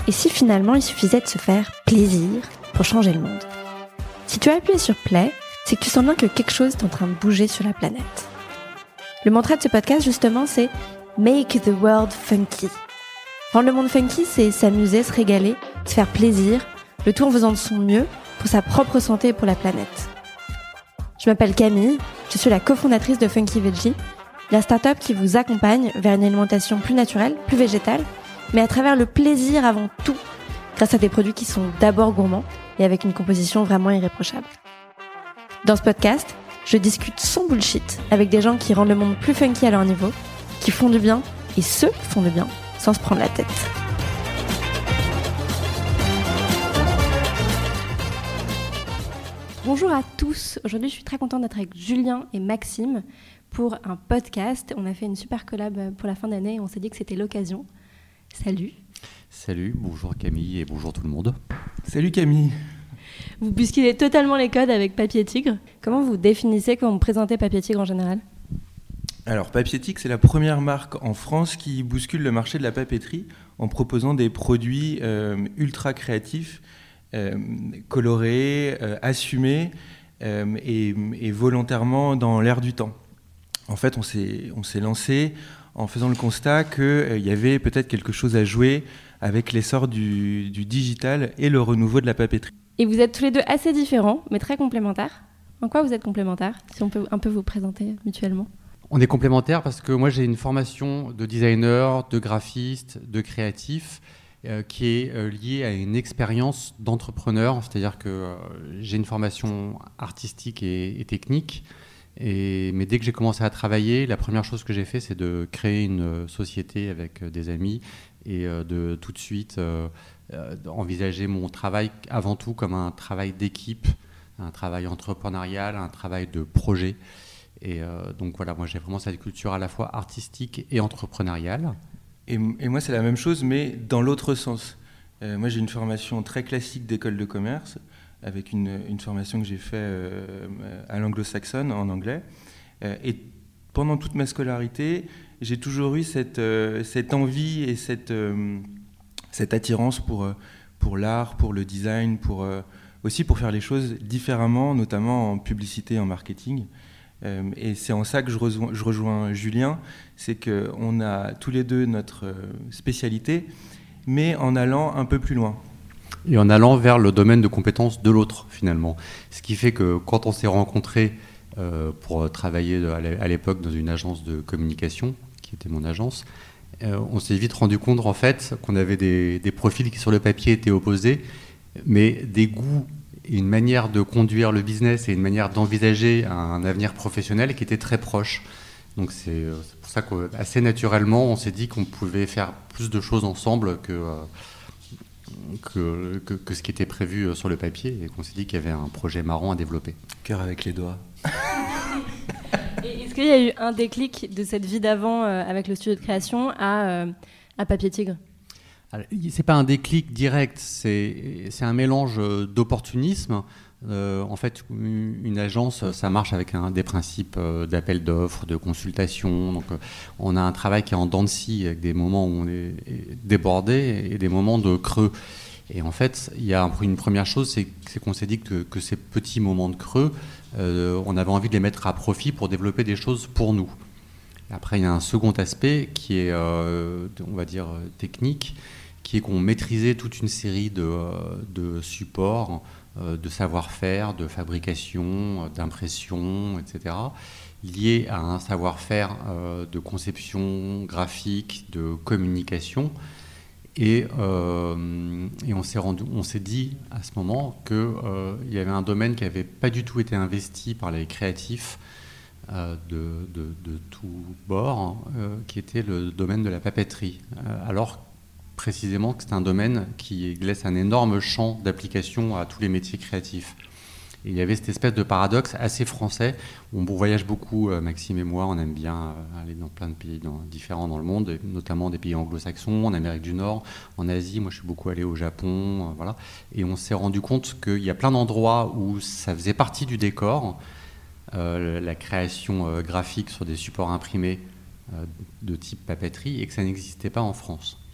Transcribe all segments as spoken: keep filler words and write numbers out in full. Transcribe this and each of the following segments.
Et si finalement il suffisait de se faire plaisir pour changer le monde? Si tu as appuyé sur play, c'est que tu sens bien que quelque chose est en train de bouger sur la planète. Le mantra de ce podcast, justement, c'est « Make the world funky ». Rendre le monde funky, c'est s'amuser, se régaler, se faire plaisir, le tout en faisant de son mieux pour sa propre santé et pour la planète. Je m'appelle Camille, je suis la cofondatrice de Funky Veggie, la start-up qui vous accompagne vers une alimentation plus naturelle, plus végétale, mais à travers le plaisir avant tout, grâce à des produits qui sont d'abord gourmands et avec une composition vraiment irréprochable. Dans ce podcast, je discute sans bullshit avec des gens qui rendent le monde plus funky à leur niveau, qui font du bien et se font du bien sans se prendre la tête. Bonjour à tous, aujourd'hui je suis très contente d'être avec Julien et Maxime pour un podcast. On a fait une super collab pour la fin d'année et on s'est dit que c'était l'occasion. Salut. Salut, bonjour Camille et bonjour tout le monde. Salut Camille. Vous bousculez totalement les codes avec Papier Tigre. Comment vous définissez, comment vous présentez Papier Tigre en général ? Alors Papier Tigre, c'est la première marque en France qui bouscule le marché de la papeterie en proposant des produits euh, ultra créatifs, euh, colorés, euh, assumés euh, et, et volontairement dans l'air du temps. En fait, on s'est, on s'est lancé en faisant le constat qu'il euh, y avait peut-être quelque chose à jouer avec l'essor du, du digital et le renouveau de la papeterie. Et vous êtes tous les deux assez différents, mais très complémentaires. En quoi vous êtes complémentaires, si on peut un peu vous présenter mutuellement ? On est complémentaires parce que moi j'ai une formation de designer, de graphiste, de créatif euh, qui est euh, liée à une expérience d'entrepreneur, c'est-à-dire que euh, j'ai une formation artistique et, et technique. Et, mais dès que j'ai commencé à travailler, la première chose que j'ai fait, c'est de créer une société avec des amis et euh, de tout de suite euh, euh, envisager mon travail avant tout comme un travail d'équipe, un travail entrepreneurial, un travail de projet. Et euh, donc voilà, moi j'ai vraiment cette culture à la fois artistique et entrepreneuriale. Et, et moi c'est la même chose, mais dans l'autre sens. Euh, moi j'ai une formation très classique d'école de commerce, avec une, une formation que j'ai faite euh, à l'anglo-saxonne, en anglais. Euh, et pendant toute ma scolarité, j'ai toujours eu cette, euh, cette envie et cette, euh, cette attirance pour, pour l'art, pour le design, pour, euh, aussi pour faire les choses différemment, notamment en publicité et en marketing. Euh, et c'est en ça que je rejoins, je rejoins Julien, c'est qu'on a tous les deux notre spécialité, mais en allant un peu plus loin. Et en allant vers le domaine de compétences de l'autre, finalement. Ce qui fait que quand on s'est rencontrés euh, pour travailler à l'époque dans une agence de communication, qui était mon agence, euh, on s'est vite rendu compte en fait qu'on avait des, des profils qui sur le papier étaient opposés, mais des goûts et une manière de conduire le business et une manière d'envisager un avenir professionnel qui étaient très proches. Donc c'est, c'est pour ça qu'assez naturellement, on s'est dit qu'on pouvait faire plus de choses ensemble que... Euh, Que, que, que ce qui était prévu sur le papier et qu'on s'est dit qu'il y avait un projet marrant à développer. Cœur avec les doigts. Et est-ce qu'il y a eu un déclic de cette vie d'avant euh, avec le studio de création à, euh, à Papier Tigre ? Alors, c'est pas un déclic direct, c'est, c'est un mélange d'opportunisme. Euh, en fait, une agence, ça marche avec un, des principes d'appel d'offres, de consultation. Donc, on a un travail qui est en dents de scie, avec des moments où on est débordé et des moments de creux. Et en fait, il y a une première chose, c'est, c'est qu'on s'est dit que, que ces petits moments de creux, euh, on avait envie de les mettre à profit pour développer des choses pour nous. Après, il y a un second aspect qui est, euh, on va dire, technique, qui est qu'on maîtrisait toute une série de, de supports, de savoir-faire, de fabrication, d'impression, et cetera, liés à un savoir-faire euh, de conception graphique, de communication. Et, euh, et on, s'est rendu, on s'est dit à ce moment qu'il euh, y avait un domaine qui n'avait pas du tout été investi par les créatifs euh, de, de, de tous bords, euh, qui était le domaine de la papeterie. Euh, alors précisément que c'est un domaine qui laisse un énorme champ d'application à tous les métiers créatifs. Et il y avait cette espèce de paradoxe assez français, où on voyage beaucoup, euh, Maxime et moi, on aime bien euh, aller dans plein de pays dans, différents dans le monde, notamment des pays anglo-saxons, en Amérique du Nord, en Asie. Moi, je suis beaucoup allé au Japon, euh, voilà. Et on s'est rendu compte qu'il y a plein d'endroits où ça faisait partie du décor, euh, la création euh, graphique sur des supports imprimés euh, de type papeterie, et que ça n'existait pas en France.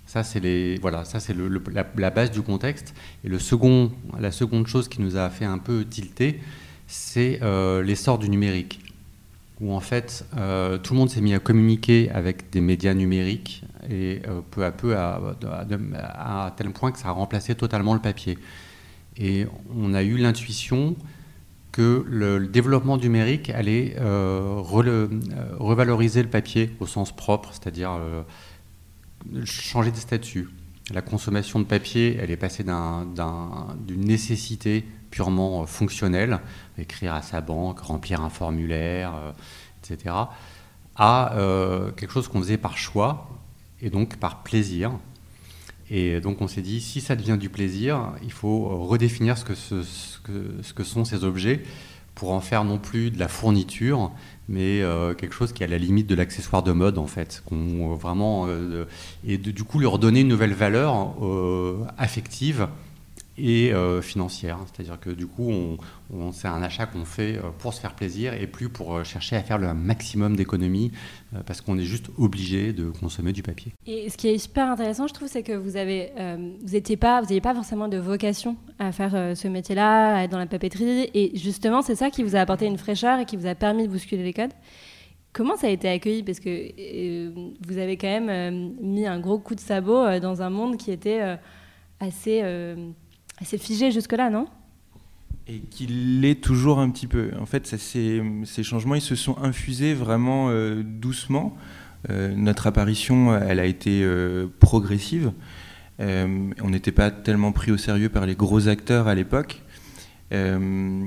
Ça, c'est, les, voilà, ça, c'est le, le, la, la base du contexte. Et le second, la seconde chose qui nous a fait un peu tilter, c'est euh, l'essor du numérique, où en fait, euh, tout le monde s'est mis à communiquer avec des médias numériques, et euh, peu à peu, à, à, à tel point que ça a remplacé totalement le papier. Et on a eu l'intuition que le, le développement numérique allait euh, re, euh, revaloriser le papier au sens propre, c'est-à-dire euh, changer de statut. La consommation de papier, elle est passée d'un, d'un, d'une nécessité purement fonctionnelle, écrire à sa banque, remplir un formulaire, euh, et cetera, à euh, quelque chose qu'on faisait par choix et donc par plaisir. Et donc on s'est dit, si ça devient du plaisir, il faut redéfinir ce que, ce, ce que, ce que sont ces objets pour en faire non plus de la fourniture, mais euh, quelque chose qui est à la limite de l'accessoire de mode, en fait. Qu'on, euh, vraiment, euh, et de, du coup, leur donner une nouvelle valeur euh, affective et euh, financière. C'est-à-dire que du coup, on, on, c'est un achat qu'on fait pour se faire plaisir et plus pour chercher à faire le maximum d'économies euh, parce qu'on est juste obligé de consommer du papier. Et ce qui est super intéressant, je trouve, c'est que vous avez, euh, vous n'étiez pas, vous n'aviez pas forcément de vocation à faire euh, ce métier-là, à être dans la papeterie. Et justement, c'est ça qui vous a apporté une fraîcheur et qui vous a permis de bousculer les codes. Comment ça a été accueilli ? Parce que euh, vous avez quand même euh, mis un gros coup de sabot euh, dans un monde qui était euh, assez... Euh, C'est figé jusque-là, non ? Et qu'il l'est toujours un petit peu. En fait, ça, ces, ces changements, ils se sont infusés vraiment euh, doucement. Euh, notre apparition, elle a été euh, progressive. Euh, on n'était pas tellement pris au sérieux par les gros acteurs à l'époque. Euh,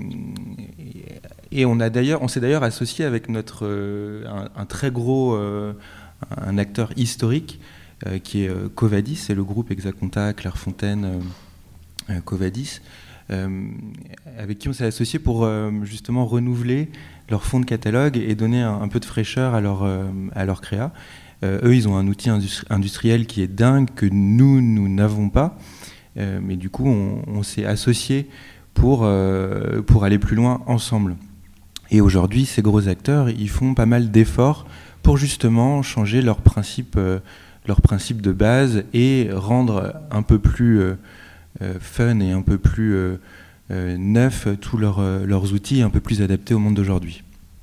et on, a d'ailleurs, on s'est d'ailleurs associé avec notre, euh, un, un très gros euh, un acteur historique euh, qui est euh, Covadis, c'est le groupe Hexaconta, Clairefontaine... Euh, Covadis, euh, avec qui on s'est associé pour euh, justement renouveler leur fonds de catalogue et donner un, un peu de fraîcheur à leur, euh, à leur créa. Euh, eux, ils ont un outil industri- industriel qui est dingue, que nous, nous n'avons pas. Euh, mais du coup, on, on s'est associé pour, euh, pour aller plus loin ensemble. Et aujourd'hui, ces gros acteurs, ils font pas mal d'efforts pour justement changer leurs principes, euh, leurs principes de base et rendre un peu plus... Euh, Euh, fun et un peu plus euh, euh, neuf tous leurs, euh, leurs outils un peu plus adaptés au monde d'aujourd'hui.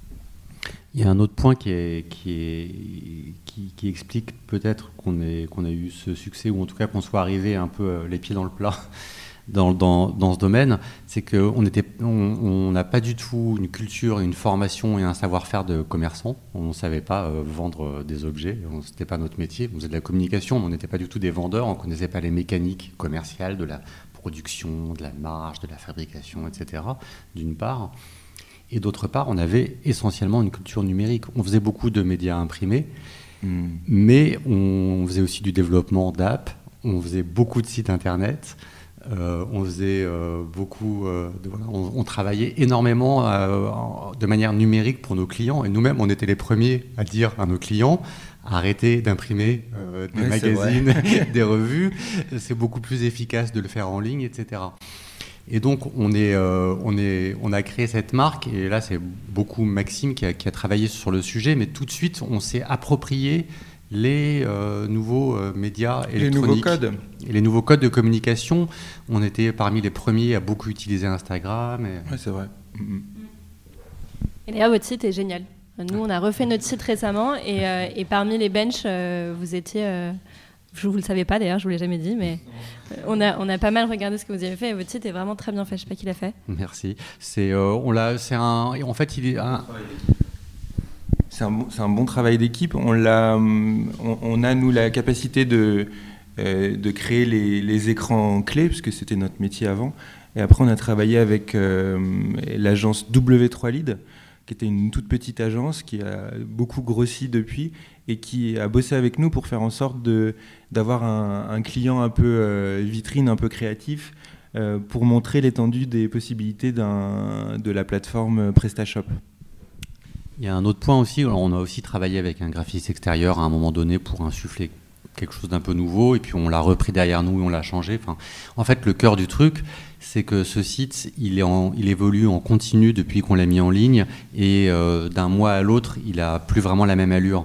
Il y a un autre point qui, est, qui, est, qui, qui explique peut-être qu'on, est, qu'on a eu ce succès, ou en tout cas qu'on soit arrivé un peu euh, les pieds dans le plat dans, dans, dans ce domaine, c'est qu'on n'a on, on pas du tout une culture, une formation et un savoir-faire de commerçant. On ne savait pas euh, vendre des objets, ce n'était pas notre métier. On faisait de la communication, mais on n'était pas du tout des vendeurs, on ne connaissait pas les mécaniques commerciales de la production, de la marge, de la fabrication, et cetera, d'une part. Et d'autre part, on avait essentiellement une culture numérique. On faisait beaucoup de médias imprimés, mmh. mais on faisait aussi du développement d'apps, on faisait beaucoup de sites internet. Euh, on faisait euh, beaucoup, euh, de, voilà, on, on travaillait énormément euh, en, de manière numérique pour nos clients, et nous-mêmes on était les premiers à dire à nos clients arrêtez d'imprimer euh, des ouais, magazines, des revues, c'est beaucoup plus efficace de le faire en ligne, et cetera. Et donc on, est, euh, on, est, on a créé cette marque, et là c'est beaucoup Maxime qui a, qui a travaillé sur le sujet, mais tout de suite on s'est approprié les euh, nouveaux euh, médias électroniques. Les nouveaux codes. Et les nouveaux codes de communication. On était parmi les premiers à beaucoup utiliser Instagram. Et... Oui, c'est vrai. Mm-hmm. Et d'ailleurs, votre site est génial. Nous, on a refait notre site récemment et, euh, et parmi les benches, euh, vous étiez... Euh, je ne vous le savais pas d'ailleurs, je ne vous l'ai jamais dit, mais on a, on a pas mal regardé ce que vous avez fait et votre site est vraiment très bien fait. Je ne sais pas qui l'a fait. Merci. C'est, euh, on l'a, c'est un... En fait, il est... Un... C'est un, c'est un bon travail d'équipe. On, l'a, on, on a, nous, la capacité de, euh, de créer les, les écrans clés, puisque c'était notre métier avant. Et après, on a travaillé avec euh, l'agence W trois Lead, qui était une toute petite agence qui a beaucoup grossi depuis et qui a bossé avec nous pour faire en sorte de, d'avoir un, un client un peu euh, vitrine, un peu créatif, euh, pour montrer l'étendue des possibilités d'un, de la plateforme PrestaShop. Il y a un autre point aussi, on a aussi travaillé avec un graphiste extérieur à un moment donné pour insuffler quelque chose d'un peu nouveau, et puis on l'a repris derrière nous et on l'a changé. Enfin, en fait, le cœur du truc, c'est que ce site, il, est en, il évolue en continu depuis qu'on l'a mis en ligne, et euh, d'un mois à l'autre, il n'a plus vraiment la même allure.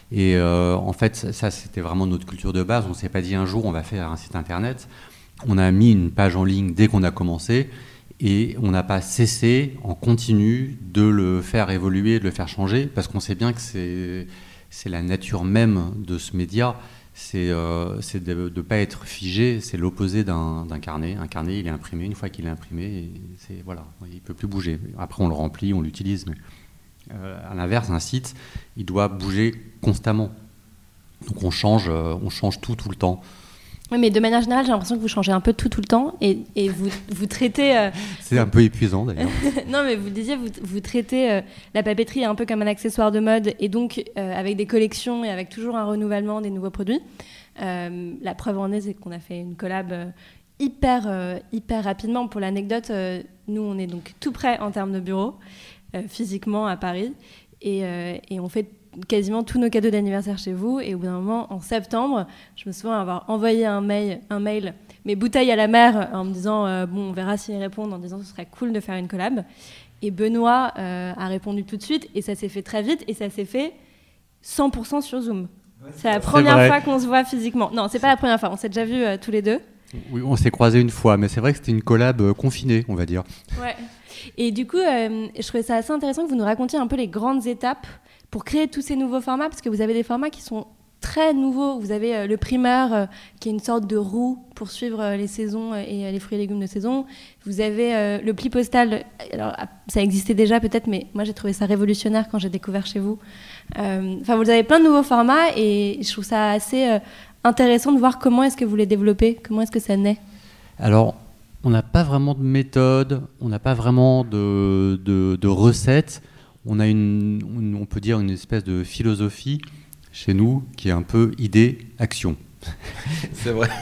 Et euh, en fait, ça, c'était vraiment notre culture de base. On ne s'est pas dit un jour, on va faire un site internet. On a mis une page en ligne dès qu'on a commencé et on n'a pas cessé, en continu, de le faire évoluer, de le faire changer, parce qu'on sait bien que c'est, c'est la nature même de ce média. C'est, euh, c'est de ne pas être figé, c'est l'opposé d'un, d'un carnet. Un carnet, il est imprimé, une fois qu'il est imprimé, c'est, voilà, il ne peut plus bouger. Après, on le remplit, on l'utilise, mais euh, à l'inverse, un site, il doit bouger constamment. Donc on change, euh, on change tout, tout le temps. Oui, mais de manière générale, j'ai l'impression que vous changez un peu tout, tout le temps, et, et vous, vous traitez... Euh... C'est un peu épuisant, d'ailleurs. Non, mais vous disiez, vous, vous traitez euh, la papeterie un peu comme un accessoire de mode, et donc euh, avec des collections et avec toujours un renouvellement des nouveaux produits. Euh, la preuve en est, c'est qu'on a fait une collab euh, hyper, euh, hyper rapidement. Pour l'anecdote, euh, nous, on est donc tout près en termes de bureau, euh, physiquement à Paris, et, euh, et on fait quasiment tous nos cadeaux d'anniversaire chez vous, et au bout d'un moment, en septembre, je me souviens avoir envoyé un mail, un mail mes bouteilles à la mer, en me disant euh, bon, on verra s'ils répondent, en disant ce serait cool de faire une collab. Et Benoît euh, a répondu tout de suite, et ça s'est fait très vite, et ça s'est fait cent pour cent sur Zoom. Ouais, c'est la première c'est fois qu'on se voit physiququement. Non, c'est, c'est pas la première fois, on s'est déjà vus euh, tous les deux. Oui, on s'est croisés une fois, mais c'est vrai que c'était une collab euh, confinée, on va dire. Ouais. Et du coup, euh, je trouvais ça assez intéressant que vous nous racontiez un peu les grandes étapes pour créer tous ces nouveaux formats, parce que vous avez des formats qui sont très nouveaux. Vous avez euh, le primeur, euh, qui est une sorte de roue pour suivre euh, les saisons et euh, les fruits et légumes de saison. Vous avez euh, le pli postal. Alors, ça existait déjà peut-être, mais moi j'ai trouvé ça révolutionnaire quand j'ai découvert chez vous. Enfin, euh, vous avez plein de nouveaux formats, et je trouve ça assez euh, intéressant de voir comment est-ce que vous les développez, comment est-ce que ça naît. Alors, on n'a pas vraiment de méthode, on n'a pas vraiment de, de, de recettes. On a une, une, on peut dire une espèce de philosophie chez nous qui est un peu idée, action. C'est vrai.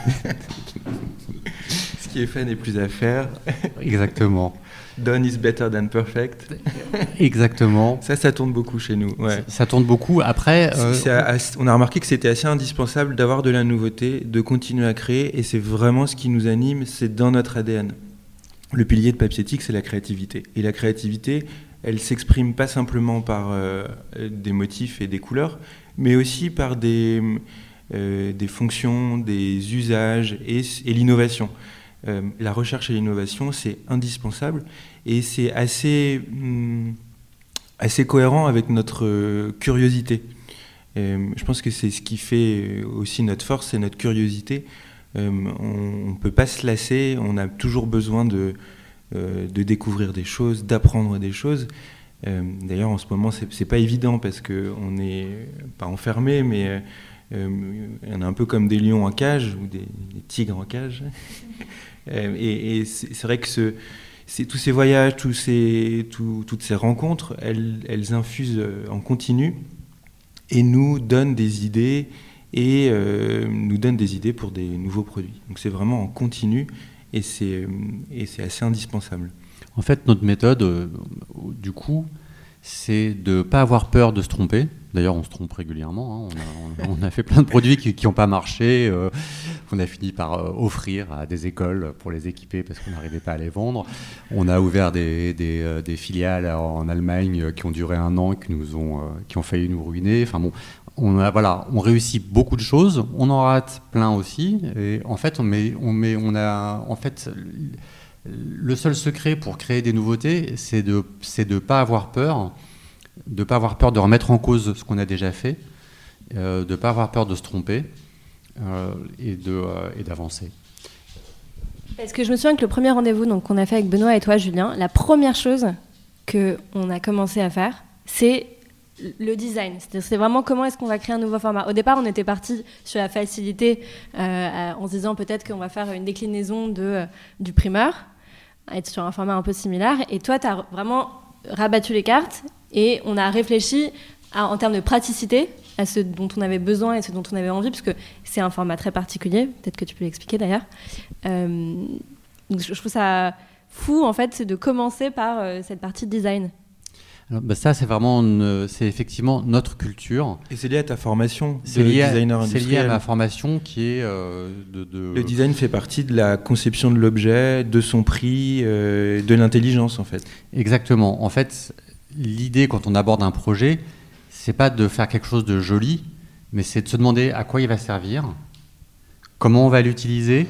Ce qui est fait n'est plus à faire. Exactement. Done is better than perfect. Exactement. Ça, ça tourne beaucoup chez nous. Ouais. Ça, ça tourne beaucoup. Après, euh, c'est, c'est assez, on a remarqué que c'était assez indispensable d'avoir de la nouveauté, de continuer à créer, et c'est vraiment ce qui nous anime, c'est dans notre A D N. Le pilier de Papiétique, c'est la créativité. Et la créativité, elle s'exprime pas simplement par euh, des motifs et des couleurs, mais aussi par des, euh, des fonctions, des usages et, et l'innovation. Euh, la recherche et l'innovation, c'est indispensable, et c'est assez, hum, assez cohérent avec notre euh, curiosité. Euh, je pense que c'est ce qui fait aussi notre force, c'est notre curiosité. Euh, on ne peut pas se lasser, on a toujours besoin de... de découvrir des choses, d'apprendre des choses. Euh, d'ailleurs, en ce moment, c'est, c'est pas évident parce qu'on n'est pas enfermé, mais euh, on est un peu comme des lions en cage ou des, des tigres en cage. euh, et, et c'est, c'est vrai que ce, c'est, tous ces voyages, tous ces, tout, toutes ces rencontres, elles, elles infusent en continu et nous donnent des idées et euh, nous donnent des idées pour des nouveaux produits. Donc c'est vraiment en continu. Et c'est, et c'est assez indispensable. En fait, notre méthode, euh, du coup, c'est de ne pas avoir peur de se tromper. D'ailleurs, on se trompe régulièrement. Hein. On, a, on a fait plein de produits qui n'ont pas marché. Euh, on a fini par euh, offrir à des écoles pour les équiper parce qu'on n'arrivait pas à les vendre. On a ouvert des, des, euh, des filiales en Allemagne euh, qui ont duré un an et qui, nous ont, euh, qui ont failli nous ruiner. Enfin bon, on, a, voilà, on réussit beaucoup de choses. On en rate plein aussi. Et en fait, on, met, on, met, on a... En fait, le seul secret pour créer des nouveautés, c'est de c'est de pas avoir peur, de pas avoir peur de remettre en cause ce qu'on a déjà fait, euh, de pas avoir peur de se tromper euh, et de euh, et d'avancer. Parce que je me souviens que le premier rendez-vous donc qu'on a fait avec Benoît et toi, Julien, la première chose que on a commencé à faire, c'est le design. C'est, c'est vraiment comment est-ce qu'on va créer un nouveau format. Au départ, on était parti sur la facilité euh, en se disant peut-être qu'on va faire une déclinaison de, euh, du primeur, être sur un format un peu similaire. Et toi, tu as vraiment rabattu les cartes et on a réfléchi à, en termes de praticité à ce dont on avait besoin et ce dont on avait envie, parce que c'est un format très particulier. Peut-être que tu peux l'expliquer d'ailleurs. Euh, donc je, je trouve ça fou, en fait, de commencer par euh, cette partie de design. Alors, bah ça, c'est vraiment, une, c'est effectivement notre culture. Et c'est lié à ta formation c'est de lié à, designer industriel. C'est lié à ma formation qui est euh, de, de... Le design fait partie de la conception de l'objet, de son prix, euh, de l'intelligence en fait. Exactement. En fait, l'idée quand on aborde un projet, c'est pas de faire quelque chose de joli, mais c'est de se demander à quoi il va servir, comment on va l'utiliser,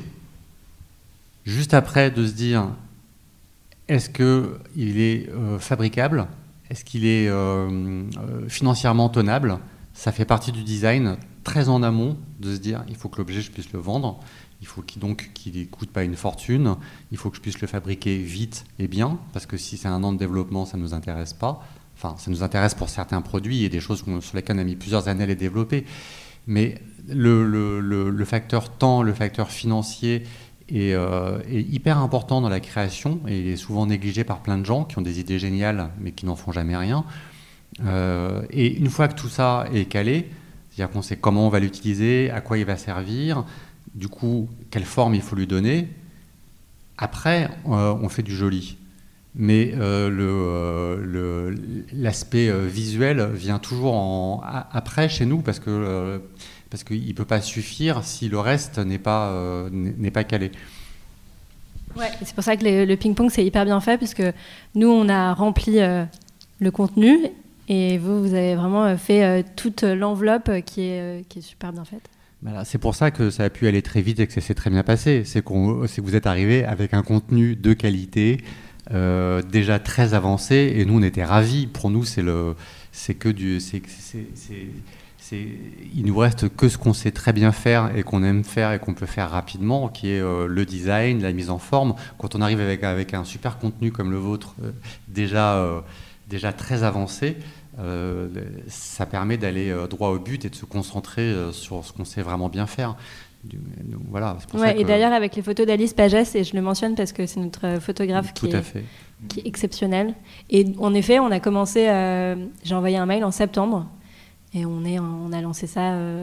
juste après de se dire est-ce qu'il est euh, fabricable, est-ce qu'il est euh, euh, financièrement tenable. Ça fait partie du design très en amont de se dire il faut que l'objet je puisse le vendre, il faut qu'il, donc qu'il ne coûte pas une fortune, il faut que je puisse le fabriquer vite et bien, parce que si c'est un an de développement, ça ne nous intéresse pas. Enfin, ça nous intéresse pour certains produits et des choses sur lesquelles on a mis plusieurs années à les développer. Mais le, le, le, le facteur temps, le facteur financier est, euh, est hyper important dans la création et il est souvent négligé par plein de gens qui ont des idées géniales mais qui n'en font jamais rien. Euh, et une fois que tout ça est calé, c'est-à-dire qu'on sait comment on va l'utiliser, à quoi il va servir, du coup, quelle forme il faut lui donner, après, euh, on fait du joli. Mais euh, le, euh, le, l'aspect euh, visuel vient toujours en, a, après chez nous parce que euh, parce qu'il ne peut pas suffire si le reste n'est pas, euh, n'est pas calé. Ouais, c'est pour ça que le, le ping-pong c'est hyper bien fait puisque nous on a rempli euh, le contenu et vous vous avez vraiment fait euh, toute l'enveloppe qui est, euh, qui est super bien faite. Voilà, c'est pour ça que ça a pu aller très vite et que ça s'est très bien passé. C'est, qu'on, c'est que vous êtes arrivé avec un contenu de qualité. Euh, déjà très avancé et nous on était ravis. Pour nous c'est le c'est que du c'est, c'est, c'est, c'est, il nous reste que ce qu'on sait très bien faire et qu'on aime faire et qu'on peut faire rapidement, qui est euh, le design, la mise en forme. Quand on arrive avec avec un super contenu comme le vôtre, euh, déjà euh, déjà très avancé, euh, ça permet d'aller euh, droit au but et de se concentrer euh, sur ce qu'on sait vraiment bien faire. Donc, voilà, c'est pour ouais, ça que... Et d'ailleurs avec les photos d'Alice Pagès, et je le mentionne parce que c'est notre photographe Tout qui, à est, fait. qui est exceptionnel. Et en effet, on a commencé, euh, j'ai envoyé un mail en septembre et on, est, on a lancé ça euh,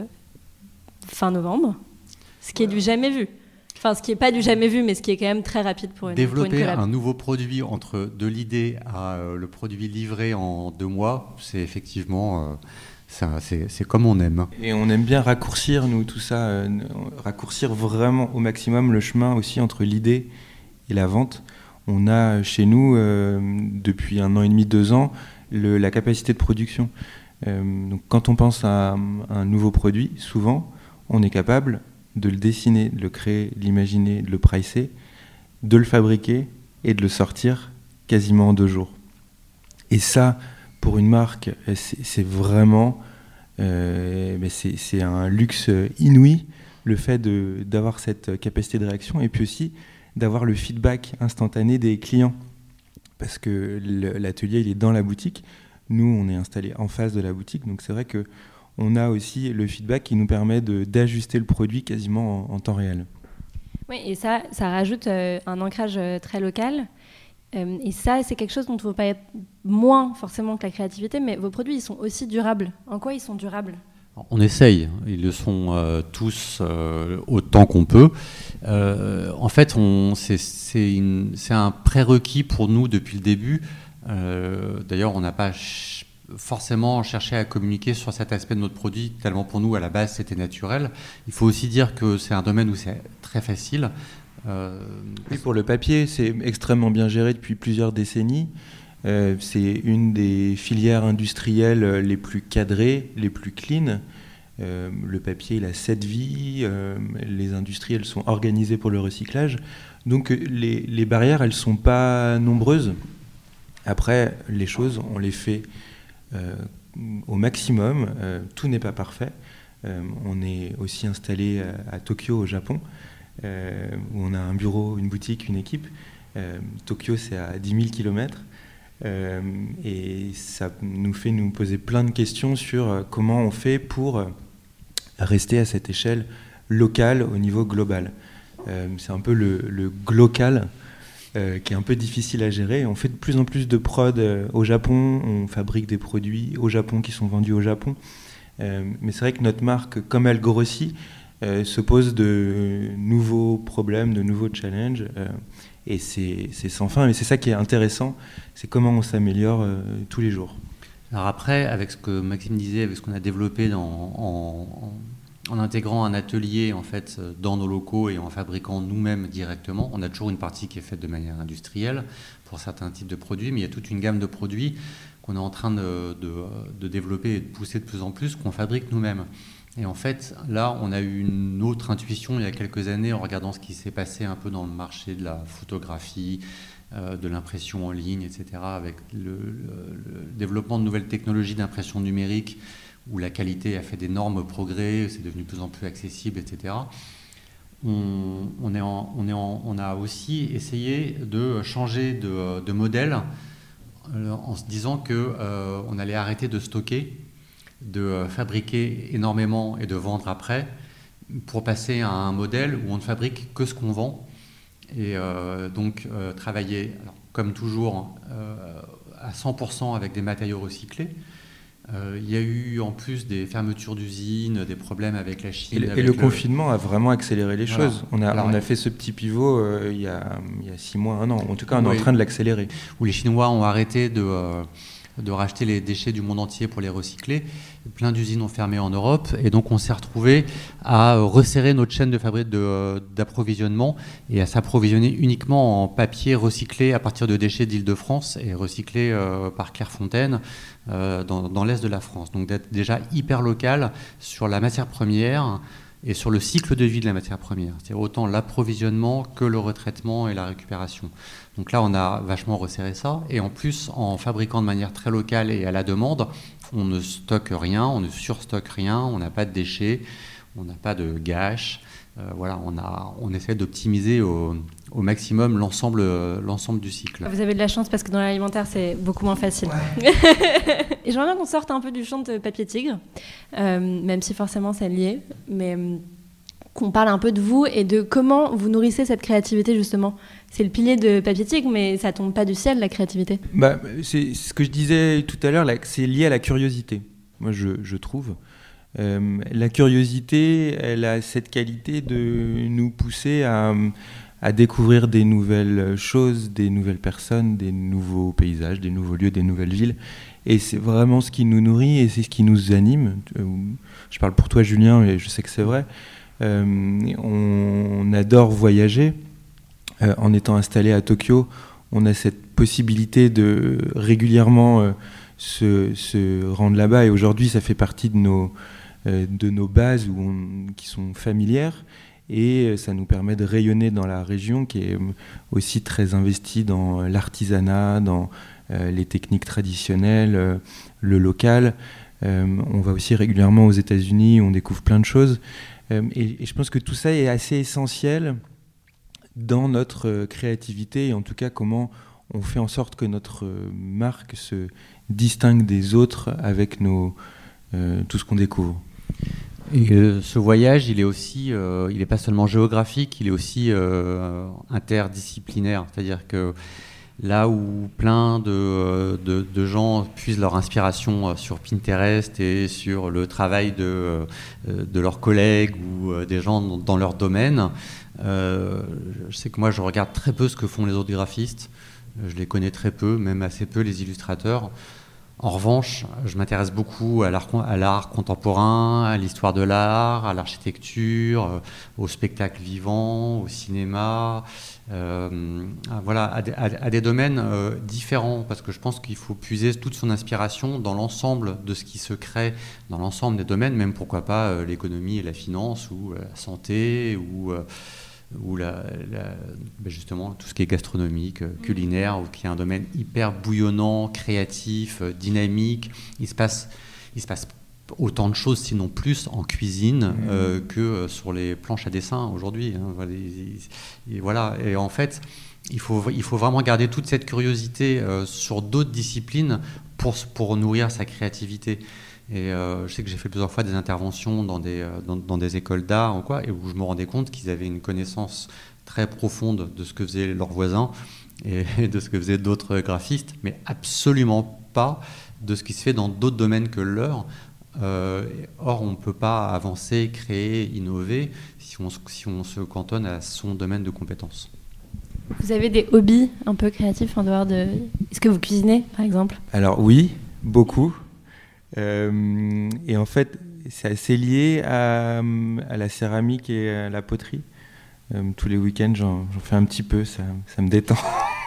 fin novembre, ce qui est du jamais vu. Enfin, ce qui n'est pas du jamais vu, mais ce qui est quand même très rapide pour une, Développer pour une collab. Un nouveau produit entre de l'idée à euh, le produit livré en deux mois, c'est effectivement... Euh, Ça, c'est, c'est comme on aime. Et on aime bien raccourcir, nous, tout ça, euh, raccourcir vraiment au maximum le chemin aussi entre l'idée et la vente. On a chez nous, euh, depuis un an et demi, deux ans, le, la capacité de production. Euh, donc quand on pense à un, à un nouveau produit, souvent, on est capable de le dessiner, de le créer, de l'imaginer, de le pricer, de le fabriquer et de le sortir quasiment en deux jours. Et ça... Pour une marque, c'est, c'est vraiment euh, mais c'est, c'est un luxe inouï, le fait de, d'avoir cette capacité de réaction et puis aussi d'avoir le feedback instantané des clients. Parce que le, l'atelier, il est dans la boutique. Nous, on est installé en face de la boutique. Donc c'est vrai qu'on a aussi le feedback qui nous permet de, d'ajuster le produit quasiment en, en temps réel. Oui, et ça, ça rajoute euh, un ancrage euh, très local. Euh, et ça, c'est quelque chose dont il ne faut pas être moins forcément que la créativité, mais vos produits, ils sont aussi durables. En quoi ils sont durables ? On essaye, ils le sont euh, tous euh, autant qu'on peut. Euh, en fait, on, c'est, c'est, une, c'est un prérequis pour nous depuis le début. Euh, d'ailleurs, on n'a pas ch- forcément cherché à communiquer sur cet aspect de notre produit, tellement pour nous, à la base, c'était naturel. Il faut aussi dire que c'est un domaine où c'est très facile. Euh, oui, pour le papier, c'est extrêmement bien géré depuis plusieurs décennies. Euh, c'est une des filières industrielles les plus cadrées, les plus clean. Euh, le papier, il a sept vies. Euh, les industries, elles sont organisées pour le recyclage. Donc les, les barrières, elles ne sont pas nombreuses. Après, les choses, on les fait euh, au maximum. Euh, tout n'est pas parfait. Euh, on est aussi installé à, à Tokyo, au Japon. Euh, où on a un bureau, une boutique, une équipe. Euh, Tokyo, c'est à dix mille kilomètres. Euh, et ça nous fait nous poser plein de questions sur euh, comment on fait pour euh, rester à cette échelle locale au niveau global. Euh, c'est un peu le, le glocal euh, qui est un peu difficile à gérer. On fait de plus en plus de prod euh, au Japon. On fabrique des produits au Japon qui sont vendus au Japon. Euh, mais c'est vrai que notre marque, comme elle grossit, Euh, se pose de nouveaux problèmes, de nouveaux challenges, euh, et c'est, c'est sans fin. Mais c'est ça qui est intéressant, c'est comment on s'améliore euh, tous les jours. Alors après, avec ce que Maxime disait, avec ce qu'on a développé dans, en, en, en intégrant un atelier en fait dans nos locaux et en fabriquant nous-mêmes directement, on a toujours une partie qui est faite de manière industrielle pour certains types de produits, mais il y a toute une gamme de produits qu'on est en train de, de, de développer et de pousser de plus en plus, qu'on fabrique nous-mêmes. Et en fait, là, on a eu une autre intuition il y a quelques années en regardant ce qui s'est passé un peu dans le marché de la photographie, euh, de l'impression en ligne, et cetera, avec le, le, le développement de nouvelles technologies d'impression numérique, où la qualité a fait d'énormes progrès, c'est devenu de plus en plus accessible, et cetera. On, on, est en, on, est en, on a aussi essayé de changer de, de modèle euh, en se disant qu'on euh, allait arrêter de stocker, de fabriquer énormément et de vendre après, pour passer à un modèle où on ne fabrique que ce qu'on vend. Et euh, donc euh, travailler, alors, comme toujours, euh, à cent pour cent avec des matériaux recyclés. Euh, il y a eu en plus des fermetures d'usines, des problèmes avec la Chine. Et, avec et le, le confinement a vraiment accéléré les voilà. choses. On a, Alors, on a fait ce petit pivot euh, il, y a, il y a six mois, un an. En tout cas, on oui. est en train de l'accélérer. Où les Chinois ont arrêté de... Euh, de racheter les déchets du monde entier pour les recycler. Plein d'usines ont fermé en Europe et donc on s'est retrouvé à resserrer notre chaîne de fabrique de, d'approvisionnement et à s'approvisionner uniquement en papier recyclé à partir de déchets d'Île-de-France et recyclé euh, par Clairefontaine euh, dans, dans l'est de la France. Donc d'être déjà hyper local sur la matière première et sur le cycle de vie de la matière première. C'est-à-dire autant l'approvisionnement que le retraitement et la récupération. Donc là, on a vachement resserré ça. Et en plus, en fabriquant de manière très locale et à la demande, on ne stocke rien, on ne surstocke rien, on n'a pas de déchets, on n'a pas de gâches. Euh, voilà, on, a, on essaie d'optimiser au, au maximum l'ensemble, l'ensemble du cycle. Vous avez de la chance parce que dans l'alimentaire, c'est beaucoup moins facile. Ouais. Et j'aimerais bien qu'on sorte un peu du champ de Papier Tigre, euh, même si forcément c'est lié, mais euh, qu'on parle un peu de vous et de comment vous nourrissez cette créativité justement. C'est le pilier de Papier Tigre, mais ça tombe pas du ciel, la créativité. Bah, c'est ce que je disais tout à l'heure, là, c'est lié à la curiosité, moi je, je trouve. Euh, la curiosité, elle a cette qualité de nous pousser à, à découvrir des nouvelles choses, des nouvelles personnes, des nouveaux paysages, des nouveaux lieux, des nouvelles villes. Et c'est vraiment ce qui nous nourrit et c'est ce qui nous anime. Je parle pour toi, Julien, et je sais que c'est vrai. Euh, on, on adore voyager. Euh, en étant installé à Tokyo, on a cette possibilité de régulièrement euh, se, se rendre là-bas. Et aujourd'hui, ça fait partie de nos... de nos bases où on, qui sont familières et ça nous permet de rayonner dans la région qui est aussi très investie dans l'artisanat, dans euh, les techniques traditionnelles, euh, le local. Euh, on va aussi régulièrement aux États-Unis, on découvre plein de choses euh, et, et je pense que tout ça est assez essentiel dans notre créativité et en tout cas comment on fait en sorte que notre marque se distingue des autres avec nos, euh, tout ce qu'on découvre. Et euh, ce voyage, il est aussi, euh, il n'est pas seulement géographique, il est aussi euh, interdisciplinaire. C'est-à-dire que là où plein de, de, de gens puisent leur inspiration sur Pinterest et sur le travail de, de leurs collègues ou des gens dans, dans leur domaine, euh, je sais que moi je regarde très peu ce que font les autres graphistes. Je les connais très peu, même assez peu les illustrateurs. En revanche, je m'intéresse beaucoup à l'art, à l'art contemporain, à l'histoire de l'art, à l'architecture, au spectacle vivant, au cinéma, euh, voilà, à des, à, à des domaines euh, différents, parce que je pense qu'il faut puiser toute son inspiration dans l'ensemble de ce qui se crée dans l'ensemble des domaines, même pourquoi pas euh, l'économie et la finance, ou euh, la santé, ou... Euh, ou la, la, ben justement tout ce qui est gastronomique, culinaire, ou qui est un domaine hyper bouillonnant, créatif, dynamique. Il se passe, il se passe autant de choses, sinon plus, en cuisine mmh. euh, que sur les planches à dessin aujourd'hui. Hein. Voilà, et, et voilà. Et en fait, il faut, il faut vraiment garder toute cette curiosité euh, sur d'autres disciplines pour, pour nourrir sa créativité. Et euh, je sais que j'ai fait plusieurs fois des interventions dans des, dans, dans des écoles d'art ou quoi, et où je me rendais compte qu'ils avaient une connaissance très profonde de ce que faisaient leurs voisins et de ce que faisaient d'autres graphistes, mais absolument pas de ce qui se fait dans d'autres domaines que le leur. Euh, or, on ne peut pas avancer, créer, innover si on, si on se cantonne à son domaine de compétences. Vous avez des hobbies un peu créatifs en dehors de... Est-ce que vous cuisinez, par exemple ? Alors oui, beaucoup. Euh, et en fait, c'est assez lié à, à la céramique et à la poterie. Euh, tous les week-ends, j'en, j'en fais un petit peu, ça, ça me détend.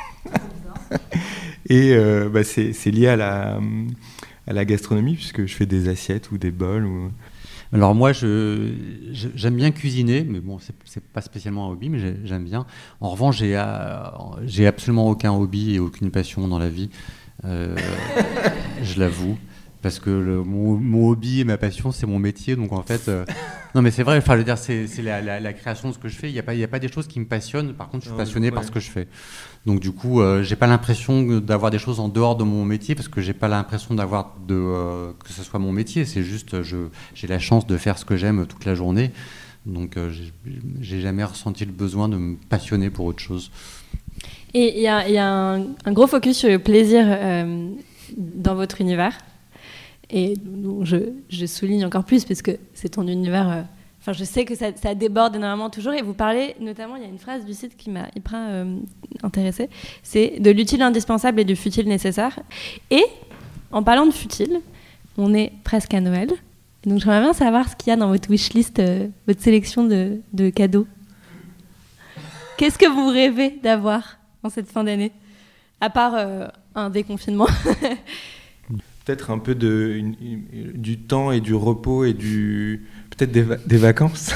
Et euh, bah, c'est, c'est lié à la, à la gastronomie, puisque je fais des assiettes ou des bols. Ou... Alors moi, je, je, j'aime bien cuisiner, mais bon, c'est, c'est pas spécialement un hobby, mais j'ai, j'aime bien. En revanche, j'ai, euh, j'ai absolument aucun hobby et aucune passion dans la vie, euh, je l'avoue. Parce que le, mon, mon hobby et ma passion, c'est mon métier. Donc en fait, euh, non mais c'est vrai. Enfin, je veux dire, c'est, c'est la, la, la création de ce que je fais. Il y a pas, il y a pas des choses qui me passionnent. Par contre, je suis passionné ouais. par ce que je fais. Donc du coup, euh, j'ai pas l'impression d'avoir des choses en dehors de mon métier parce que j'ai pas l'impression d'avoir de euh, que ce soit mon métier. C'est juste, je, j'ai la chance de faire ce que j'aime toute la journée. Donc euh, j'ai, j'ai jamais ressenti le besoin de me passionner pour autre chose. Et il y a, y a un, un gros focus sur le plaisir euh, dans votre univers. Et donc je, je souligne encore plus parce que c'est ton univers. Euh, enfin, je sais que ça, ça déborde énormément toujours. Et vous parlez, notamment, il y a une phrase du site qui m'a hyper euh, intéressée. C'est de l'utile indispensable et du futile nécessaire. Et en parlant de futile, on est presque à Noël. Et donc j'aimerais bien savoir ce qu'il y a dans votre wishlist, euh, votre sélection de, de cadeaux. Qu'est-ce que vous rêvez d'avoir en cette fin d'année, à part euh, un déconfinement? Peut-être un peu de, une, une, du temps et du repos et du peut-être des, va- des vacances,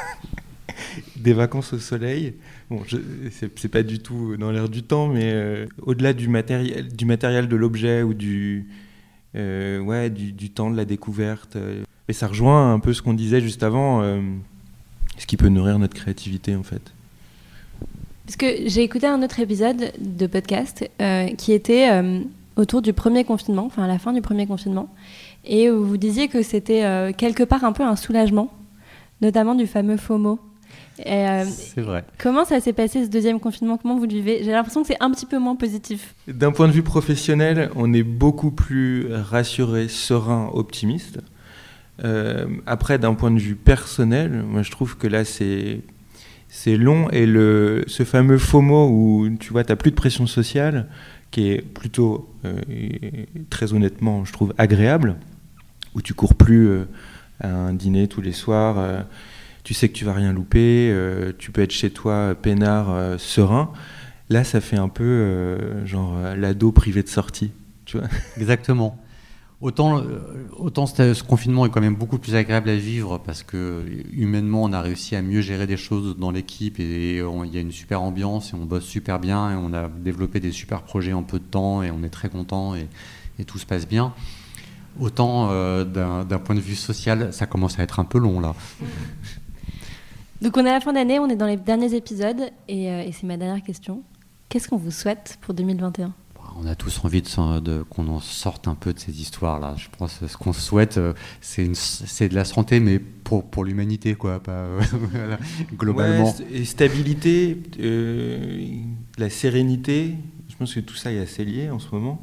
des vacances au soleil. Bon, je, c'est, c'est pas du tout dans l'air du temps, mais euh, au-delà du matériel, du matériel de l'objet ou du, euh, ouais, du, du temps de la découverte. Et ça rejoint un peu ce qu'on disait juste avant, euh, ce qui peut nourrir notre créativité en fait. Parce que j'ai écouté un autre épisode de podcast euh, qui était euh, autour du premier confinement, enfin à la fin du premier confinement, et où vous disiez que c'était euh, quelque part un peu un soulagement, notamment du fameux FOMO. Et, euh, c'est vrai. Comment ça s'est passé ce deuxième confinement? Comment vous le vivez? J'ai l'impression que c'est un petit peu moins positif. D'un point de vue professionnel, on est beaucoup plus rassuré, serein, optimiste. Euh, après, d'un point de vue personnel, moi je trouve que là c'est... c'est long et le, ce fameux FOMO où tu vois, tu n'as plus de pression sociale, qui est plutôt, euh, très honnêtement, je trouve agréable, où tu cours plus euh, à un dîner tous les soirs, euh, tu sais que tu vas rien louper, euh, tu peux être chez toi peinard, euh, serein. Là, ça fait un peu euh, genre l'ado privé de sortie, tu vois. Exactement. Autant, autant ce confinement est quand même beaucoup plus agréable à vivre parce que humainement on a réussi à mieux gérer des choses dans l'équipe et il y a une super ambiance et on bosse super bien et on a développé des super projets en peu de temps et on est très content et, et tout se passe bien. Autant euh, d'un, d'un point de vue social, ça commence à être un peu long là. Donc on est à la fin d'année, on est dans les derniers épisodes et, euh, et c'est ma dernière question. Qu'est-ce qu'on vous souhaite pour deux mille vingt et un ? On a tous envie de, de, qu'on en sorte un peu de ces histoires-là. Je pense que ce qu'on souhaite, c'est, une, c'est de la santé, mais pour, pour l'humanité, quoi, pas, euh, voilà, globalement. Ouais, et stabilité, euh, la sérénité, je pense que tout ça est assez lié en ce moment.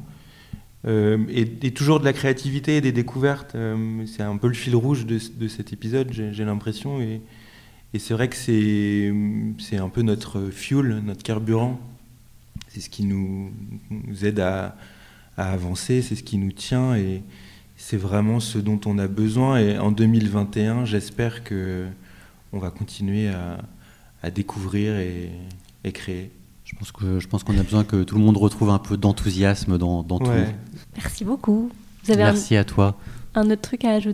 Euh, et, et toujours de la créativité et des découvertes. Euh, c'est un peu le fil rouge de, de cet épisode, j'ai, j'ai l'impression. Et, et c'est vrai que c'est, c'est un peu notre fuel, notre carburant. C'est ce qui nous, nous aide à, à avancer, c'est ce qui nous tient et c'est vraiment ce dont on a besoin. Et en deux mille vingt et un, j'espère qu'on va continuer à, à découvrir et, et créer. Je pense, que, je pense qu'on a besoin que tout le monde retrouve un peu d'enthousiasme dans, dans ouais. tout. Merci beaucoup. Vous avez Merci un, à toi. Un autre truc à ajouter ?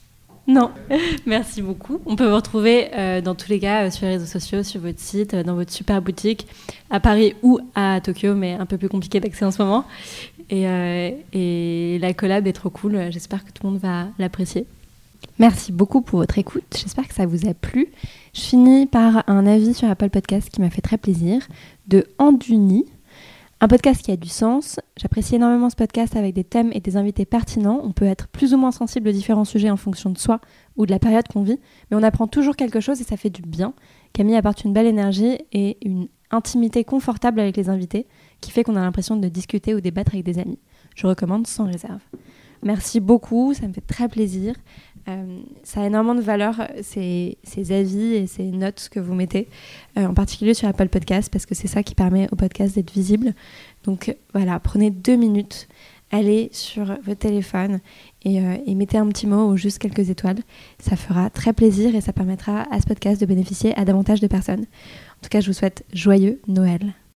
Non, merci beaucoup. On peut vous retrouver euh, dans tous les cas euh, sur les réseaux sociaux, sur votre site, euh, dans votre super boutique, à Paris ou à Tokyo, mais un peu plus compliqué d'accès en ce moment. Et, euh, et la collab est trop cool. J'espère que tout le monde va l'apprécier. Merci beaucoup pour votre écoute. J'espère que ça vous a plu. Je finis par un avis sur Apple Podcast qui m'a fait très plaisir, de Anduni. Un podcast qui a du sens. J'apprécie énormément ce podcast avec des thèmes et des invités pertinents. On peut être plus ou moins sensible aux différents sujets en fonction de soi ou de la période qu'on vit, mais on apprend toujours quelque chose et ça fait du bien. Camille apporte une belle énergie et une intimité confortable avec les invités qui fait qu'on a l'impression de discuter ou débattre avec des amis. Je recommande sans réserve. Merci beaucoup, ça me fait très plaisir. Euh, ça a énormément de valeur, ces, ces avis et ces notes que vous mettez, euh, en particulier sur Apple Podcast, parce que c'est ça qui permet au podcast d'être visible. Donc voilà, prenez deux minutes, allez sur votre téléphone et, euh, et mettez un petit mot ou juste quelques étoiles. Ça fera très plaisir et ça permettra à ce podcast de bénéficier à davantage de personnes. En tout cas, je vous souhaite joyeux Noël.